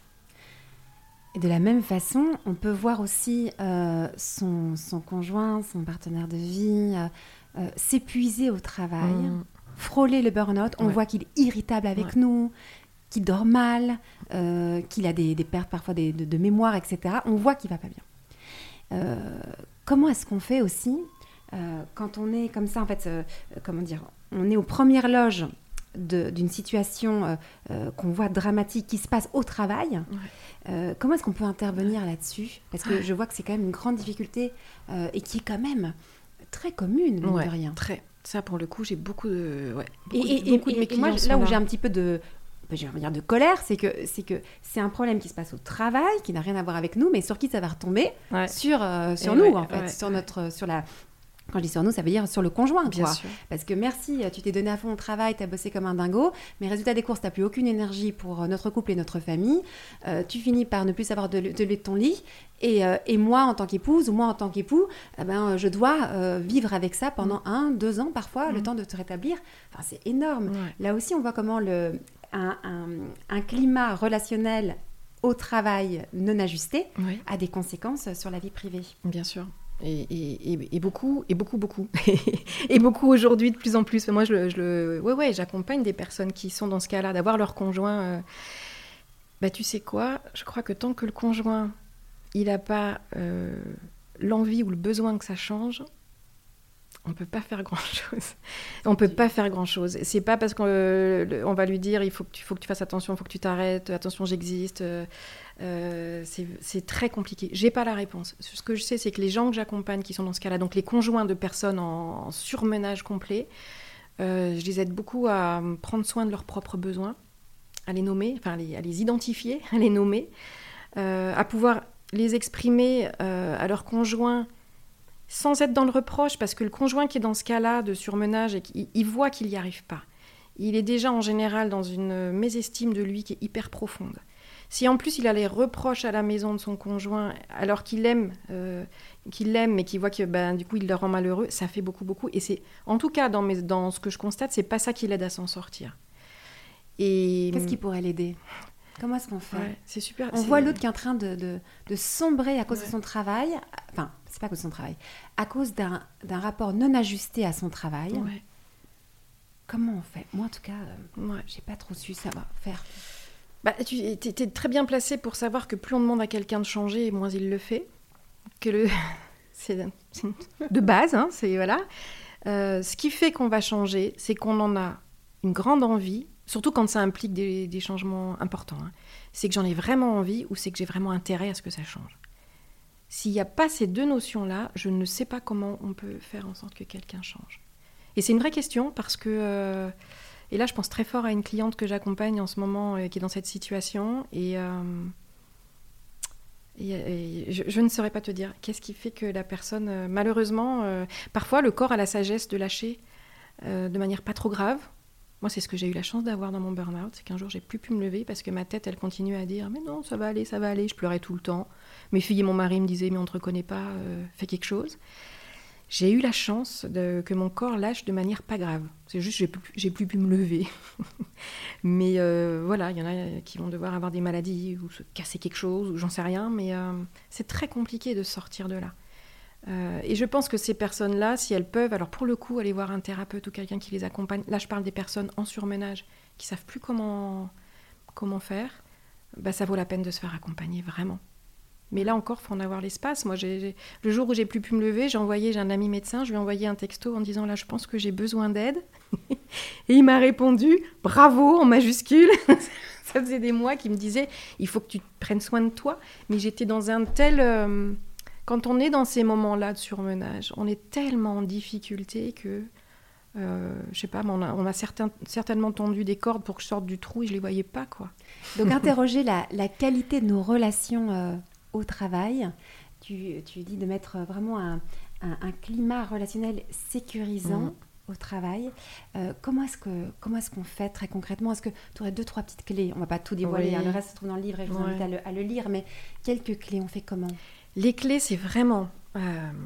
Et de la même façon, on peut voir aussi euh, son, son conjoint, son partenaire de vie euh, euh, s'épuiser au travail, mmh. frôler le burn-out. On ouais. voit qu'il est irritable avec ouais. nous, qu'il dort mal, euh, qu'il a des, des pertes parfois des, de, de mémoire, et cetera. On voit qu'il ne va pas bien. Euh, comment est-ce qu'on fait aussi euh, quand on est comme ça, en fait, euh, comment dire, on est aux premières loges de, d'une situation euh, euh, qu'on voit dramatique qui se passe au travail. Ouais. Euh, comment est-ce qu'on peut intervenir là-dessus ? Parce que je vois que c'est quand même une grande difficulté euh, et qui est quand même très commune, mine ouais, de rien. Très. Ça, pour le coup, j'ai beaucoup de... Ouais, beaucoup et, de, et, beaucoup et, de mes et moi, clients là où là. j'ai un petit peu de... j'ai envie de dire de colère, c'est que, c'est que c'est un problème qui se passe au travail, qui n'a rien à voir avec nous, mais sur qui ça va retomber ? Ouais. Sur, euh, sur et nous, ouais, en fait, ouais, sur ouais. notre... Sur la... Quand je dis sur nous, ça veut dire sur le conjoint, Bien quoi. sûr. Parce que merci, tu t'es donné à fond au travail, tu as bossé comme un dingo, mais résultat des courses, tu n'as plus aucune énergie pour notre couple et notre famille. Euh, tu finis par ne plus savoir de, de lever de ton lit. Et, euh, et moi, en tant qu'épouse, ou moi, en tant qu'époux, eh ben, je dois euh, vivre avec ça pendant mmh. un, deux ans, parfois, mmh. le temps de te rétablir. Enfin, c'est énorme. Ouais. Là aussi, on voit comment le, un, un, un climat relationnel au travail non ajusté oui. a des conséquences sur la vie privée. Bien sûr. Et, et, et beaucoup, et beaucoup, beaucoup. et beaucoup aujourd'hui, de plus en plus. Moi, je, je le, ouais, ouais, j'accompagne des personnes qui sont dans ce cas-là, d'avoir leur conjoint. Euh, bah, tu sais quoi ? Je crois que tant que le conjoint, il n'a pas euh, l'envie ou le besoin que ça change, on ne peut pas faire grand-chose. On ne peut pas faire grand-chose. C'est pas parce qu'on euh, on va lui dire il faut que, tu, faut que tu fasses attention, il faut que tu t'arrêtes, attention, j'existe. Euh, euh, c'est, c'est très compliqué. Je n'ai pas la réponse. Ce que je sais, c'est que les gens que j'accompagne qui sont dans ce cas-là, donc les conjoints de personnes en, en surmenage complet, euh, je les aide beaucoup à prendre soin de leurs propres besoins, à les nommer, enfin à les, à les identifier, à les nommer, euh, à pouvoir les exprimer euh, à leurs conjoints sans être dans le reproche, parce que le conjoint qui est dans ce cas-là de surmenage, il, il voit qu'il n'y arrive pas. Il est déjà en général dans une mésestime de lui qui est hyper profonde. Si en plus il a les reproches à la maison de son conjoint, alors qu'il aime, euh, qu'il l'aime, mais qu'il voit que ben, du coup il le rend malheureux, ça fait beaucoup, beaucoup. Et c'est, en tout cas, dans, mes, dans ce que je constate, c'est pas ça qui l'aide à s'en sortir. Et... Qu'est-ce qui pourrait l'aider ? Comment est-ce qu'on fait ? Ouais, c'est super. On c'est... voit l'autre qui est en train de, de, de sombrer à cause ouais. de son travail. Enfin, c'est pas à cause de son travail. À cause d'un, d'un rapport non ajusté à son travail. Ouais. Comment on fait ? Moi, en tout cas, euh, ouais. j'ai pas trop su ça va faire. Bah, tu es très bien placé pour savoir que plus on demande à quelqu'un de changer, moins il le fait. Que le... c'est, c'est de base, hein, c'est, voilà. Euh, ce qui fait qu'on va changer, c'est qu'on en a une grande envie, surtout quand ça implique des, des changements importants. Hein. C'est que j'en ai vraiment envie ou c'est que j'ai vraiment intérêt à ce que ça change. S'il n'y a pas ces deux notions-là, je ne sais pas comment on peut faire en sorte que quelqu'un change. Et c'est une vraie question parce que... Euh, et là, je pense très fort à une cliente que j'accompagne en ce moment euh, qui est dans cette situation. Et, euh, et, et je, je ne saurais pas te dire qu'est-ce qui fait que la personne, euh, malheureusement, euh, parfois le corps a la sagesse de lâcher euh, de manière pas trop grave. Moi, c'est ce que j'ai eu la chance d'avoir dans mon burn-out, c'est qu'un jour, j'ai plus pu me lever parce que ma tête, elle continuait à dire « Mais non, ça va aller, ça va aller ». Je pleurais tout le temps. Mes filles et mon mari me disaient « Mais on ne te reconnaît pas, euh, fais quelque chose ». J'ai eu la chance de, que mon corps lâche de manière pas grave. C'est juste que j'ai plus, j'ai plus pu me lever. Mais euh, voilà, il y en a qui vont devoir avoir des maladies ou se casser quelque chose, ou j'en sais rien. Mais euh, c'est très compliqué de sortir de là. Euh, et je pense que ces personnes-là, si elles peuvent, alors pour le coup, aller voir un thérapeute ou quelqu'un qui les accompagne. Là, je parle des personnes en surmenage qui ne savent plus comment, comment faire. Bah, ça vaut la peine de se faire accompagner, vraiment. Mais là encore, il faut en avoir l'espace. Moi, j'ai, j'ai... le jour où j'ai plus pu me lever, j'ai envoyé, j'ai un ami médecin, je lui ai envoyé un texto en disant là, je pense que j'ai besoin d'aide. Et il m'a répondu bravo en majuscule. Ça faisait des mois qu'il me disait il faut que tu prennes soin de toi. Mais j'étais dans un tel. Euh... Quand on est dans ces moments-là de surmenage, on est tellement en difficulté que. Euh, je sais pas, mais on a, on a certain, certainement tendu des cordes pour que je sorte du trou et je les voyais pas, quoi. Donc interroger la, la qualité de nos relations euh, au travail, tu, tu dis de mettre vraiment un, un, un climat relationnel sécurisant mmh. au travail. Euh, comment est-ce que comment est-ce qu'on fait très concrètement ? Est-ce que tu aurais deux, trois petites clés ? On va pas tout dévoiler, oui. hein, le reste se trouve dans le livre et je vous ouais. invite à le, à le lire, mais quelques clés, on fait comment ? Les clés, c'est vraiment... Euh...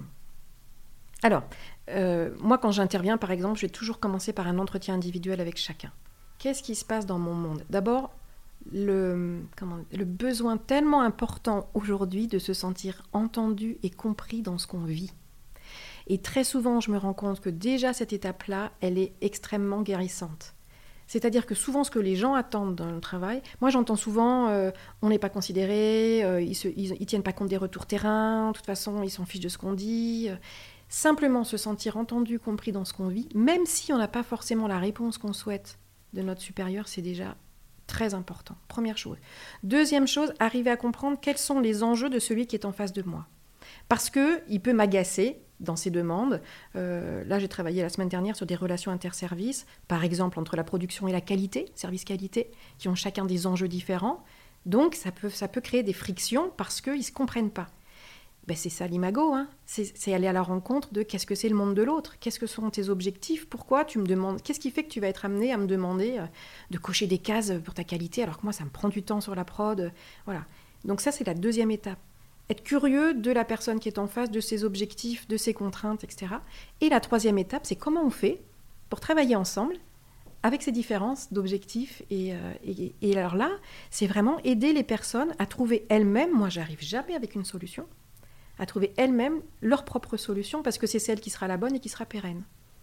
Alors, euh, moi, quand j'interviens, par exemple, je vais toujours commencer par un entretien individuel avec chacun. Qu'est-ce qui se passe dans mon monde ? D'abord, le, comment, le besoin tellement important aujourd'hui de se sentir entendu et compris dans ce qu'on vit. Et très souvent, je me rends compte que déjà, cette étape-là, elle est extrêmement guérissante. C'est-à-dire que souvent, ce que les gens attendent dans le travail... Moi, j'entends souvent, euh, on n'est pas considéré, euh, ils ne ils, ils tiennent pas compte des retours terrain, de toute façon, ils s'en fichent de ce qu'on dit... Simplement se sentir entendu, compris dans ce qu'on vit, même si on n'a pas forcément la réponse qu'on souhaite de notre supérieur, c'est déjà très important. Première chose. Deuxième chose, arriver à comprendre quels sont les enjeux de celui qui est en face de moi. Parce qu'il peut m'agacer dans ses demandes. Euh, là, j'ai travaillé la semaine dernière sur des relations interservices, par exemple entre la production et la qualité, service qualité, qui ont chacun des enjeux différents. Donc, ça peut, ça peut créer des frictions parce qu'ils ne se comprennent pas. Ben c'est ça l'imago, hein. c'est, c'est aller à la rencontre de qu'est-ce que c'est le monde de l'autre, qu'est-ce que sont tes objectifs, pourquoi tu me demandes, qu'est-ce qui fait que tu vas être amené à me demander euh, de cocher des cases pour ta qualité alors que moi ça me prend du temps sur la prod, euh, voilà. Donc ça c'est la deuxième étape, être curieux de la personne qui est en face, de ses objectifs, de ses contraintes, et cetera. Et la troisième étape c'est comment on fait pour travailler ensemble avec ces différences d'objectifs et, euh, et, et alors là c'est vraiment aider les personnes à trouver elles-mêmes, moi j'arrive jamais avec une solution, à trouver elles-mêmes leur propre solution, parce que c'est celle qui sera la bonne et qui sera pérenne.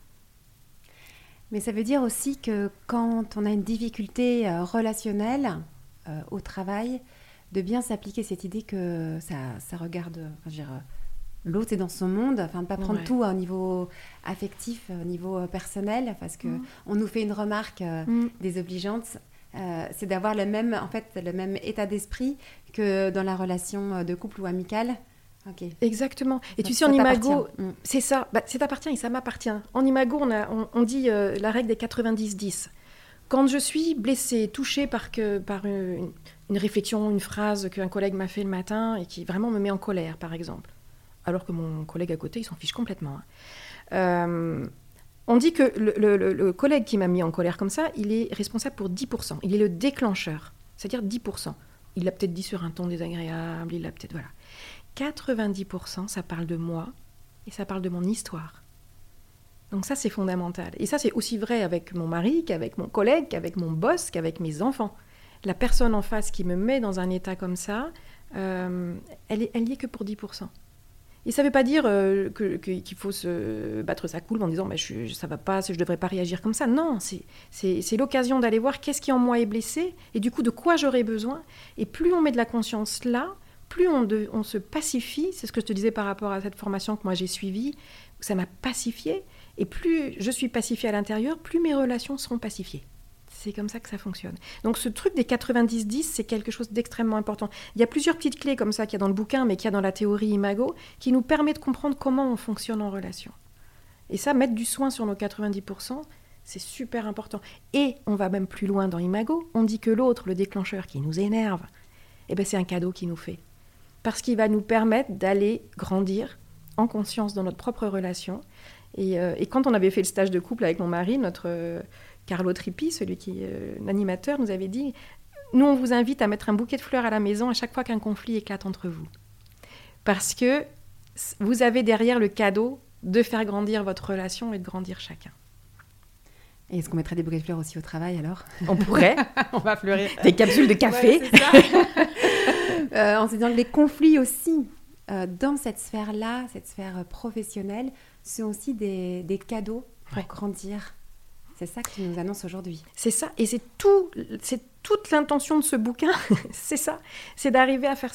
Mais ça veut dire aussi que quand on a une difficulté euh, relationnelle euh, au travail, de bien s'appliquer cette idée que ça, ça regarde, enfin, je veux dire, l'autre est dans son monde, enfin de ne pas prendre ouais. tout au niveau affectif, au niveau personnel, parce qu'on mmh. nous fait une remarque euh, mmh. désobligeante. Euh, c'est d'avoir le même, en fait, le même état d'esprit que dans la relation de couple ou amicale. Okay. Exactement. Et ça, tu sais, en imago, mm. c'est ça, bah, ça t'appartient et ça m'appartient. En imago, on, a, on, on dit euh, la règle des quatre-vingt-dix dix. Quand je suis blessée, touchée par, que, par une, une réflexion, une phrase qu'un collègue m'a fait le matin et qui vraiment me met en colère, par exemple, alors que mon collègue à côté, il s'en fiche complètement. Hein. Euh, on dit que le, le, le collègue qui m'a mis en colère comme ça, il est responsable pour dix pour cent. Il est le déclencheur, c'est-à-dire dix pour cent. Il l'a peut-être dit sur un ton désagréable, il l'a peut-être... Voilà. quatre-vingt-dix pour cent, ça parle de moi et ça parle de mon histoire. Donc ça, c'est fondamental. Et ça, c'est aussi vrai avec mon mari, qu'avec mon collègue, qu'avec mon boss, qu'avec mes enfants. La personne en face qui me met dans un état comme ça, euh, elle est, elle n'y est que pour dix pour cent. Et ça ne veut pas dire euh, que, que, qu'il faut se battre sa coulpe en disant bah, « je, ça ne va pas, je ne devrais pas réagir comme ça ». Non, c'est, c'est, c'est l'occasion d'aller voir qu'est-ce qui en moi est blessé et du coup de quoi j'aurais besoin. Et plus on met de la conscience là, plus on, de, on se pacifie, c'est ce que je te disais par rapport à cette formation que moi j'ai suivie, où ça m'a pacifiée, et plus je suis pacifiée à l'intérieur, plus mes relations seront pacifiées. C'est comme ça que ça fonctionne. Donc ce truc des quatre-vingt-dix dix, c'est quelque chose d'extrêmement important. Il y a plusieurs petites clés comme ça qu'il y a dans le bouquin, mais qu'il y a dans la théorie imago, qui nous permet de comprendre comment on fonctionne en relation. Et ça, mettre du soin sur nos quatre-vingt-dix pour cent, c'est super important. Et on va même plus loin dans imago, on dit que l'autre, le déclencheur qui nous énerve, eh ben, c'est un cadeau qu'il nous fait. Parce qu'il va nous permettre d'aller grandir en conscience dans notre propre relation. Et, euh, et quand on avait fait le stage de couple avec mon mari, notre euh, Carlo Trippi, celui qui est euh, l'animateur, nous avait dit « Nous, on vous invite à mettre un bouquet de fleurs à la maison à chaque fois qu'un conflit éclate entre vous. Parce que vous avez derrière le cadeau de faire grandir votre relation et de grandir chacun. » Et est-ce qu'on mettrait des bouquets de fleurs aussi au travail, alors ? On pourrait. On va fleurir. Des capsules de café. Ouais, c'est ça. euh, en se disant que les conflits aussi, euh, dans cette sphère-là, cette sphère professionnelle, sont aussi des, des cadeaux pour ouais. grandir. C'est ça que tu nous annonces aujourd'hui. C'est ça. Et c'est, tout, c'est toute l'intention de ce bouquin. C'est ça. C'est d'arriver à faire ça.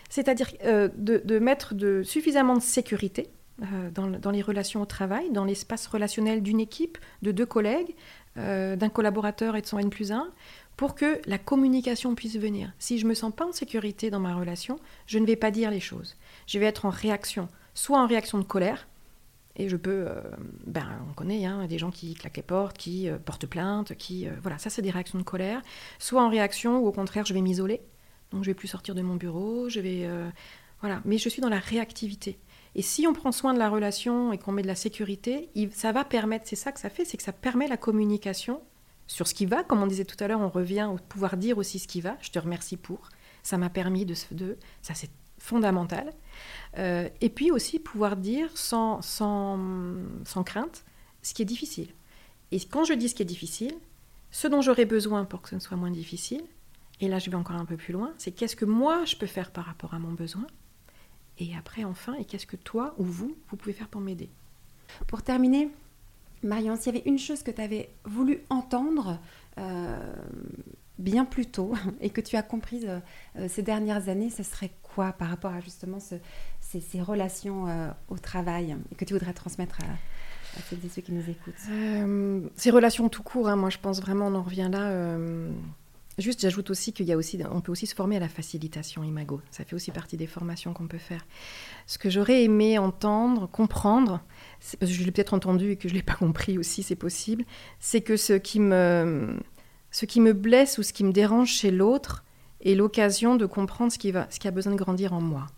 C'est-à-dire euh, de, de mettre de, suffisamment de sécurité euh, dans, dans les relations au travail, dans l'espace relationnel d'une équipe, de deux collègues, euh, d'un collaborateur et de son N plus un, pour que la communication puisse venir. Si je ne me sens pas en sécurité dans ma relation, je ne vais pas dire les choses. Je vais être en réaction, soit en réaction de colère, et je peux, euh, ben, on connaît hein, des gens qui claquent les portes, qui euh, portent plainte, qui, euh, voilà, ça c'est des réactions de colère, soit en réaction ou au contraire je vais m'isoler, donc je vais plus sortir de mon bureau, je vais, euh, voilà, mais je suis dans la réactivité. Et si on prend soin de la relation et qu'on met de la sécurité, il, ça va permettre, c'est ça que ça fait, c'est que ça permet la communication sur ce qui va, comme on disait tout à l'heure, on revient au pouvoir dire aussi ce qui va, je te remercie pour, ça m'a permis de, de ça c'est fondamental. Euh, et puis aussi pouvoir dire sans, sans, sans crainte ce qui est difficile. Et quand je dis ce qui est difficile, ce dont j'aurais besoin pour que ce ne soit moins difficile, et là je vais encore un peu plus loin, c'est qu'est-ce que moi je peux faire par rapport à mon besoin, et après enfin, et qu'est-ce que toi ou vous, vous pouvez faire pour m'aider. Pour terminer, Marion, s'il y avait une chose que tu avais voulu entendre euh, bien plus tôt et que tu as comprise euh, ces dernières années, ce serait quoi par rapport à justement ce, ces, ces relations euh, au travail et que tu voudrais transmettre à, à celles et ceux qui nous écoutent? euh, Ces relations tout court, hein, moi je pense vraiment, on en revient là. Euh, juste, j'ajoute aussi qu'il y a aussi, on peut aussi se former à la facilitation Imago. Ça fait aussi partie des formations qu'on peut faire. Ce que j'aurais aimé entendre, comprendre, c'est, parce que je l'ai peut-être entendu et que je ne l'ai pas compris aussi, c'est possible, c'est que ce qui me, ce qui me blesse ou ce qui me dérange chez l'autre est l'occasion de comprendre ce qui, va, ce qui a besoin de grandir en moi.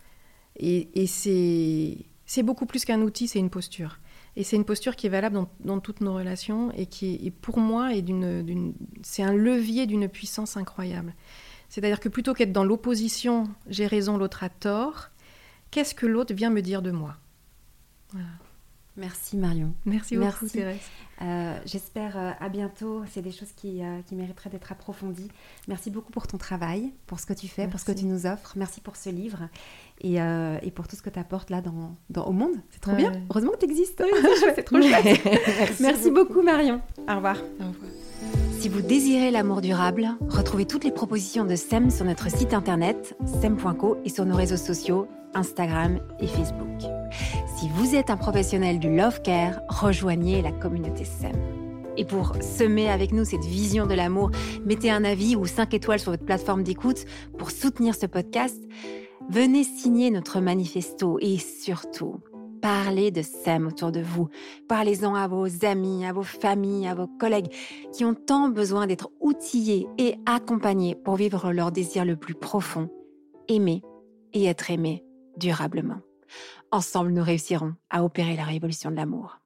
Et, et c'est, c'est beaucoup plus qu'un outil, c'est une posture. Et c'est une posture qui est valable dans, dans toutes nos relations et qui, et pour moi, est d'une, d'une, c'est un levier d'une puissance incroyable. C'est-à-dire que plutôt qu'être dans l'opposition, j'ai raison, l'autre a tort, qu'est-ce que l'autre vient me dire de moi? Voilà. Merci Marion. Merci beaucoup Merci. Thérèse. Euh, j'espère euh, à bientôt. C'est des choses qui, euh, qui mériteraient d'être approfondies. Merci beaucoup pour ton travail, pour ce que tu fais, Merci. Pour ce que tu nous offres. Merci pour ce livre et, euh, et pour tout ce que tu apportes là dans, dans, au monde. C'est trop ouais. bien. Heureusement que tu existes. C'est trop chouette. Merci, Merci beaucoup. beaucoup Marion. Au revoir. Au revoir. Si vous désirez l'amour durable, retrouvez toutes les propositions de S E M sur notre site internet S E M point co et sur nos réseaux sociaux Instagram et Facebook. Si vous êtes un professionnel du Love Care, rejoignez la communauté S E M. Et pour semer avec nous cette vision de l'amour, mettez un avis ou cinq étoiles sur votre plateforme d'écoute pour soutenir ce podcast. Venez signer notre manifesto et surtout, parlez de S E M autour de vous. Parlez-en à vos amis, à vos familles, à vos collègues qui ont tant besoin d'être outillés et accompagnés pour vivre leur désir le plus profond, aimer et être aimé durablement. Ensemble, nous réussirons à opérer la révolution de l'amour.